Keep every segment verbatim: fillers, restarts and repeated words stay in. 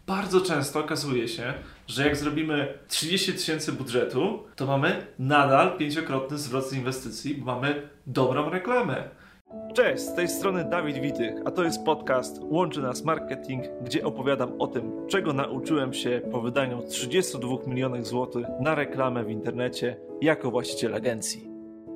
Bardzo często okazuje się, że jak zrobimy trzydzieści tysięcy budżetu, to mamy nadal pięciokrotny zwrot z inwestycji, bo mamy dobrą reklamę. Cześć, z tej strony Dawid Witych, a to jest podcast Łączy Nas Marketing, gdzie opowiadam o tym, czego nauczyłem się po wydaniu trzydziestu dwóch milionów złotych na reklamę w internecie jako właściciel agencji.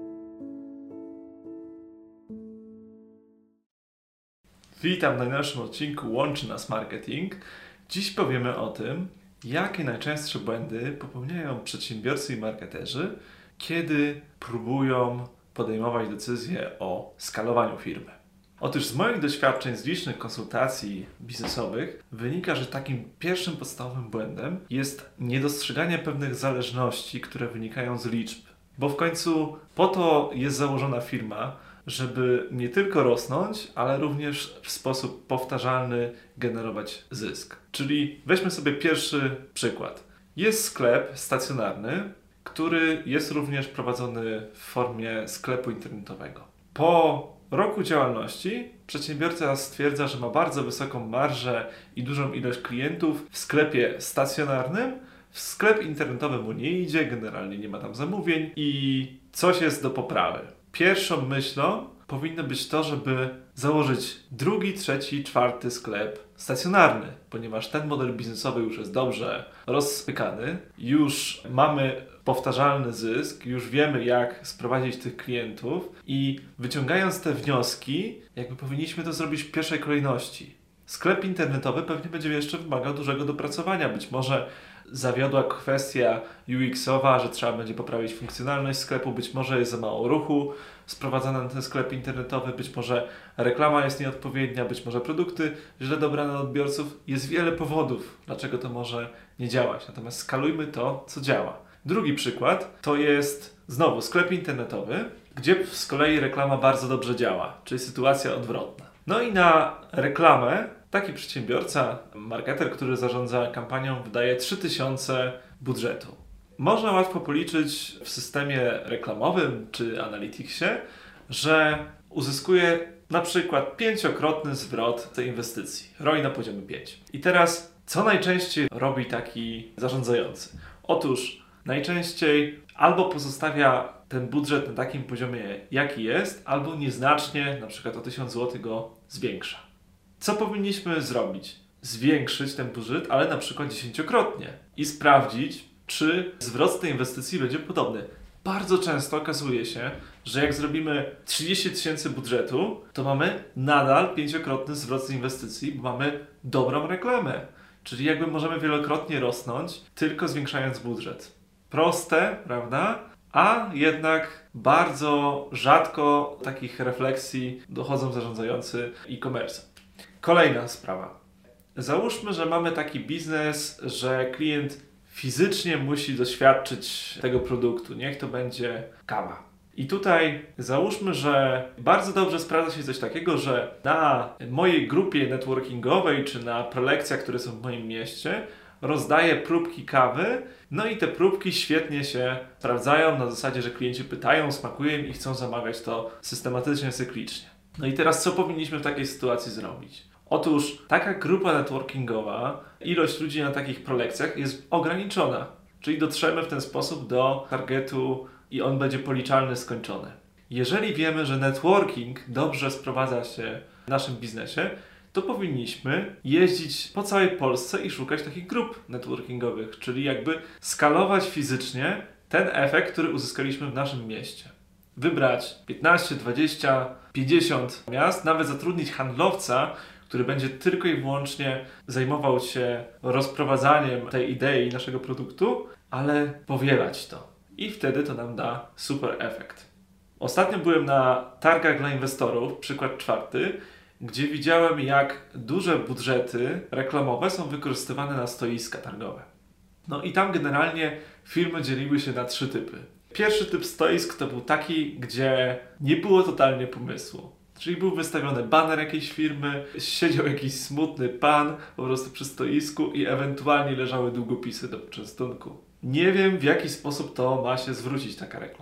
Witam w najnowszym odcinku Łączy Nas Marketing. Dziś powiemy o tym, jakie najczęstsze błędy popełniają przedsiębiorcy i marketerzy, kiedy próbują podejmować decyzje o skalowaniu firmy. Otóż z moich doświadczeń, z licznych konsultacji biznesowych wynika, że takim pierwszym podstawowym błędem jest niedostrzeganie pewnych zależności, które wynikają z liczb. Bo w końcu po to jest założona firma, żeby nie tylko rosnąć, ale również w sposób powtarzalny generować zysk. Czyli weźmy sobie pierwszy przykład. Jest sklep stacjonarny, który jest również prowadzony w formie sklepu internetowego. Po roku działalności przedsiębiorca stwierdza, że ma bardzo wysoką marżę i dużą ilość klientów w sklepie stacjonarnym. W sklep internetowy mu nie idzie, generalnie nie ma tam zamówień i coś jest do poprawy. Pierwszą myślą powinno być to, żeby założyć drugi, trzeci, czwarty sklep stacjonarny, ponieważ ten model biznesowy już jest dobrze rozpykany, już mamy powtarzalny zysk, już wiemy, jak sprowadzić tych klientów i wyciągając te wnioski, jakby powinniśmy to zrobić w pierwszej kolejności. Sklep internetowy pewnie będzie jeszcze wymagał dużego dopracowania, być może zawiodła kwestia U X-owa, że trzeba będzie poprawić funkcjonalność sklepu, być może jest za mało ruchu sprowadzane na ten sklep internetowy, być może reklama jest nieodpowiednia, być może produkty źle dobrane od odbiorców. Jest wiele powodów, dlaczego to może nie działać. Natomiast skalujmy to, co działa. Drugi przykład to jest znowu sklep internetowy, gdzie z kolei reklama bardzo dobrze działa, czyli sytuacja odwrotna. No i na reklamę taki przedsiębiorca, marketer, który zarządza kampanią, wydaje trzy tysiące budżetu. Można łatwo policzyć w systemie reklamowym czy Analyticsie, że uzyskuje na przykład pięciokrotny zwrot tej inwestycji. R O I na poziomie pięć. I teraz, co najczęściej robi taki zarządzający? Otóż najczęściej albo pozostawia ten budżet na takim poziomie, jaki jest, albo nieznacznie, na przykład o tysiąc złotych go zwiększa. Co powinniśmy zrobić? Zwiększyć ten budżet, ale na przykład dziesięciokrotnie i sprawdzić, czy zwrot z tej inwestycji będzie podobny. Bardzo często okazuje się, że jak zrobimy trzydzieści tysięcy budżetu, to mamy nadal pięciokrotny zwrot z inwestycji, bo mamy dobrą reklamę. Czyli jakby możemy wielokrotnie rosnąć, tylko zwiększając budżet. Proste, prawda? A jednak bardzo rzadko takich refleksji dochodzą zarządzający e-commerce. Kolejna sprawa. Załóżmy, że mamy taki biznes, że klient fizycznie musi doświadczyć tego produktu. Niech to będzie kawa. I tutaj załóżmy, że bardzo dobrze sprawdza się coś takiego, że na mojej grupie networkingowej czy na prelekcjach, które są w moim mieście, rozdaję próbki kawy, no i te próbki świetnie się sprawdzają na zasadzie, że klienci pytają, smakuje im i chcą zamawiać to systematycznie, cyklicznie. No i teraz co powinniśmy w takiej sytuacji zrobić? Otóż taka grupa networkingowa, ilość ludzi na takich prelekcjach jest ograniczona, czyli dotrzemy w ten sposób do targetu i on będzie policzalny, skończony. Jeżeli wiemy, że networking dobrze sprowadza się w naszym biznesie, to powinniśmy jeździć po całej Polsce i szukać takich grup networkingowych, czyli jakby skalować fizycznie ten efekt, który uzyskaliśmy w naszym mieście. Wybrać piętnaście, dwadzieścia, pięćdziesiąt miast, nawet zatrudnić handlowca, który będzie tylko i wyłącznie zajmował się rozprowadzaniem tej idei naszego produktu, ale powielać to. I wtedy to nam da super efekt. Ostatnio byłem na targach dla inwestorów, przykład czwarty, gdzie widziałem, jak duże budżety reklamowe są wykorzystywane na stoiska targowe. No i tam generalnie firmy dzieliły się na trzy typy. Pierwszy typ stoisk to był taki, gdzie nie było totalnie pomysłu. Czyli był wystawiony baner jakiejś firmy, siedział jakiś smutny pan po prostu przy stoisku i ewentualnie leżały długopisy do poczęstunku. Nie wiem, w jaki sposób to ma się zwrócić taka reklama.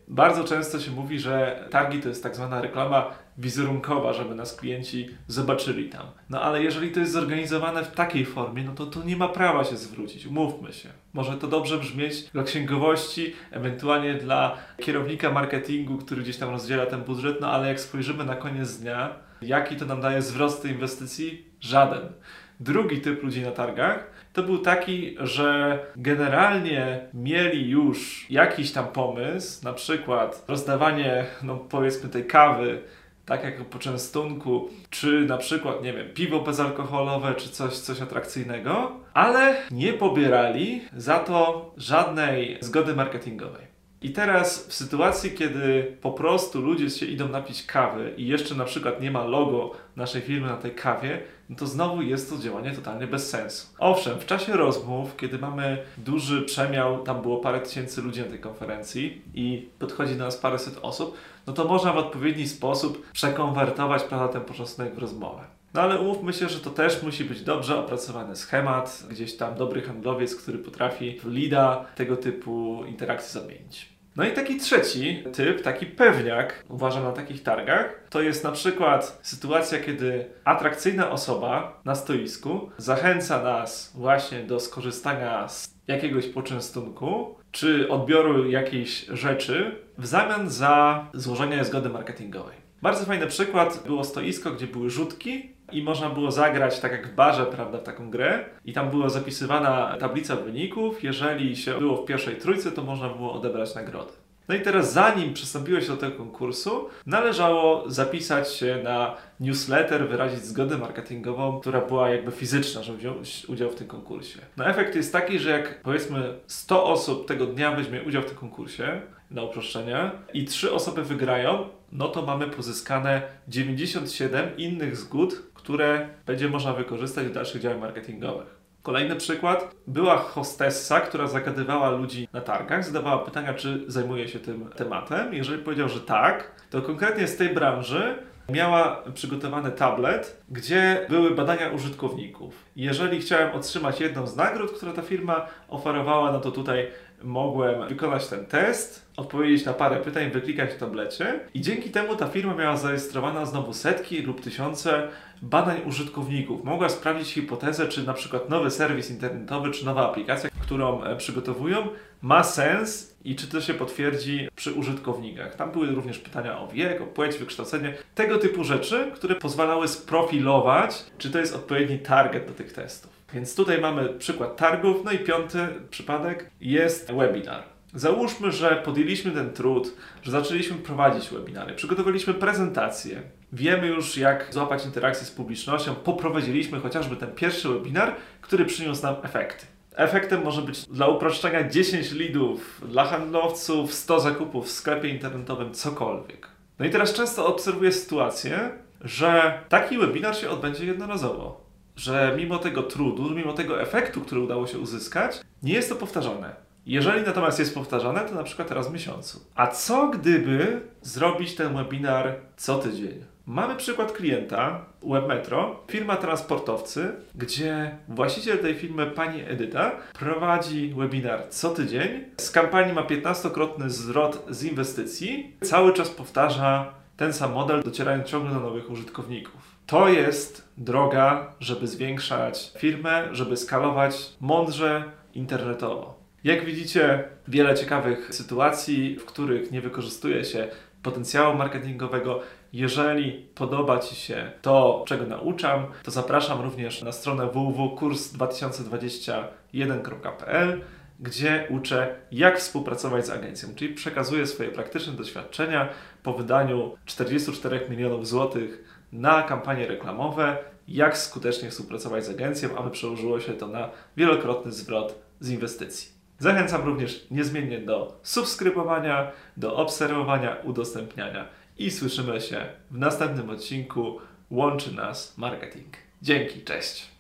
Bardzo często się mówi, że targi to jest tak zwana reklama wizerunkowa, żeby nas klienci zobaczyli tam. No ale jeżeli to jest zorganizowane w takiej formie, no to to nie ma prawa się zwrócić, umówmy się. Może to dobrze brzmieć dla księgowości, ewentualnie dla kierownika marketingu, który gdzieś tam rozdziela ten budżet, no ale jak spojrzymy na koniec dnia, jaki to nam daje zwrot z tej inwestycji? Żaden. Drugi typ ludzi na targach to był taki, że generalnie mieli już jakiś tam pomysł, na przykład rozdawanie, no powiedzmy tej kawy, tak jak po częstunku, czy na przykład, nie wiem, piwo bezalkoholowe, czy coś, coś atrakcyjnego, ale nie pobierali za to żadnej zgody marketingowej. I teraz w sytuacji, kiedy po prostu ludzie się idą napić kawy i jeszcze na przykład nie ma logo naszej firmy na tej kawie, no to znowu jest to działanie totalnie bez sensu. Owszem, w czasie rozmów, kiedy mamy duży przemiał, tam było parę tysięcy ludzi na tej konferencji i podchodzi do nas paręset osób, no to można w odpowiedni sposób przekonwertować, prawda, ten początek w rozmowę. No ale umówmy się, że to też musi być dobrze opracowany schemat, gdzieś tam dobry handlowiec, który potrafi w leada tego typu interakcji zamienić. No i taki trzeci typ, taki pewniak, uważam na takich targach, to jest na przykład sytuacja, kiedy atrakcyjna osoba na stoisku zachęca nas właśnie do skorzystania z jakiegoś poczęstunku, czy odbioru jakiejś rzeczy w zamian za złożenie zgody marketingowej. Bardzo fajny przykład, było stoisko, gdzie były rzutki i można było zagrać tak jak w barze, prawda, w taką grę i tam była zapisywana tablica wyników. Jeżeli się było w pierwszej trójce, to można było odebrać nagrodę. No i teraz zanim przystąpiłeś do tego konkursu, należało zapisać się na newsletter, wyrazić zgodę marketingową, która była jakby fizyczna, żeby wziąć udział w tym konkursie. No efekt jest taki, że jak powiedzmy sto osób tego dnia weźmie udział w tym konkursie, na uproszczenie, i trzy osoby wygrają, no to mamy pozyskane dziewięćdziesiąt siedem innych zgód, które będzie można wykorzystać w dalszych działaniach marketingowych. Kolejny przykład. Była hostessa, która zagadywała ludzi na targach, zadawała pytania, czy zajmuje się tym tematem. Jeżeli powiedział, że tak, to konkretnie z tej branży miała przygotowany tablet, gdzie były badania użytkowników. Jeżeli chciałem otrzymać jedną z nagród, które ta firma oferowała, no to tutaj mogłem wykonać ten test, odpowiedzieć na parę pytań, wyklikać w tablecie i dzięki temu ta firma miała zarejestrowane znowu setki lub tysiące badań użytkowników. Mogła sprawdzić hipotezę, czy na przykład nowy serwis internetowy, czy nowa aplikacja, którą przygotowują, ma sens i czy to się potwierdzi przy użytkownikach. Tam były również pytania o wiek, o płeć, wykształcenie, tego typu rzeczy, które pozwalały sprofilować, czy to jest odpowiedni target do tych testów. Więc tutaj mamy przykład targów, no i piąty przypadek jest webinar. Załóżmy, że podjęliśmy ten trud, że zaczęliśmy prowadzić webinary, przygotowaliśmy prezentację, wiemy już jak złapać interakcję z publicznością, poprowadziliśmy chociażby ten pierwszy webinar, który przyniósł nam efekty. Efektem może być dla uproszczenia dziesięć leadów, dla handlowców sto zakupów w sklepie internetowym, cokolwiek. No i teraz często obserwuję sytuację, że taki webinar się odbędzie jednorazowo. Że mimo tego trudu, mimo tego efektu, który udało się uzyskać, nie jest to powtarzane. Jeżeli natomiast jest powtarzane, to na przykład raz w miesiącu. A co gdyby zrobić ten webinar co tydzień? Mamy przykład klienta, Webmetro, firma transportowcy, gdzie właściciel tej firmy, pani Edyta, prowadzi webinar co tydzień. Z kampanii ma piętnastokrotny zwrot z inwestycji. Cały czas powtarza ten sam model, docierając ciągle do nowych użytkowników. To jest droga, żeby zwiększać firmę, żeby skalować mądrze internetowo. Jak widzicie, wiele ciekawych sytuacji, w których nie wykorzystuje się potencjału marketingowego. Jeżeli podoba Ci się to, czego nauczam, to zapraszam również na stronę w w w kropka kurs dwa tysiące dwadzieścia jeden kropka p l, gdzie uczę, jak współpracować z agencją, czyli przekazuję swoje praktyczne doświadczenia po wydaniu czterdziestu czterech milionów złotych na kampanie reklamowe, jak skutecznie współpracować z agencją, aby przełożyło się to na wielokrotny zwrot z inwestycji. Zachęcam również niezmiennie do subskrybowania, do obserwowania, udostępniania i słyszymy się w następnym odcinku Łączy Nas Marketing. Dzięki, cześć!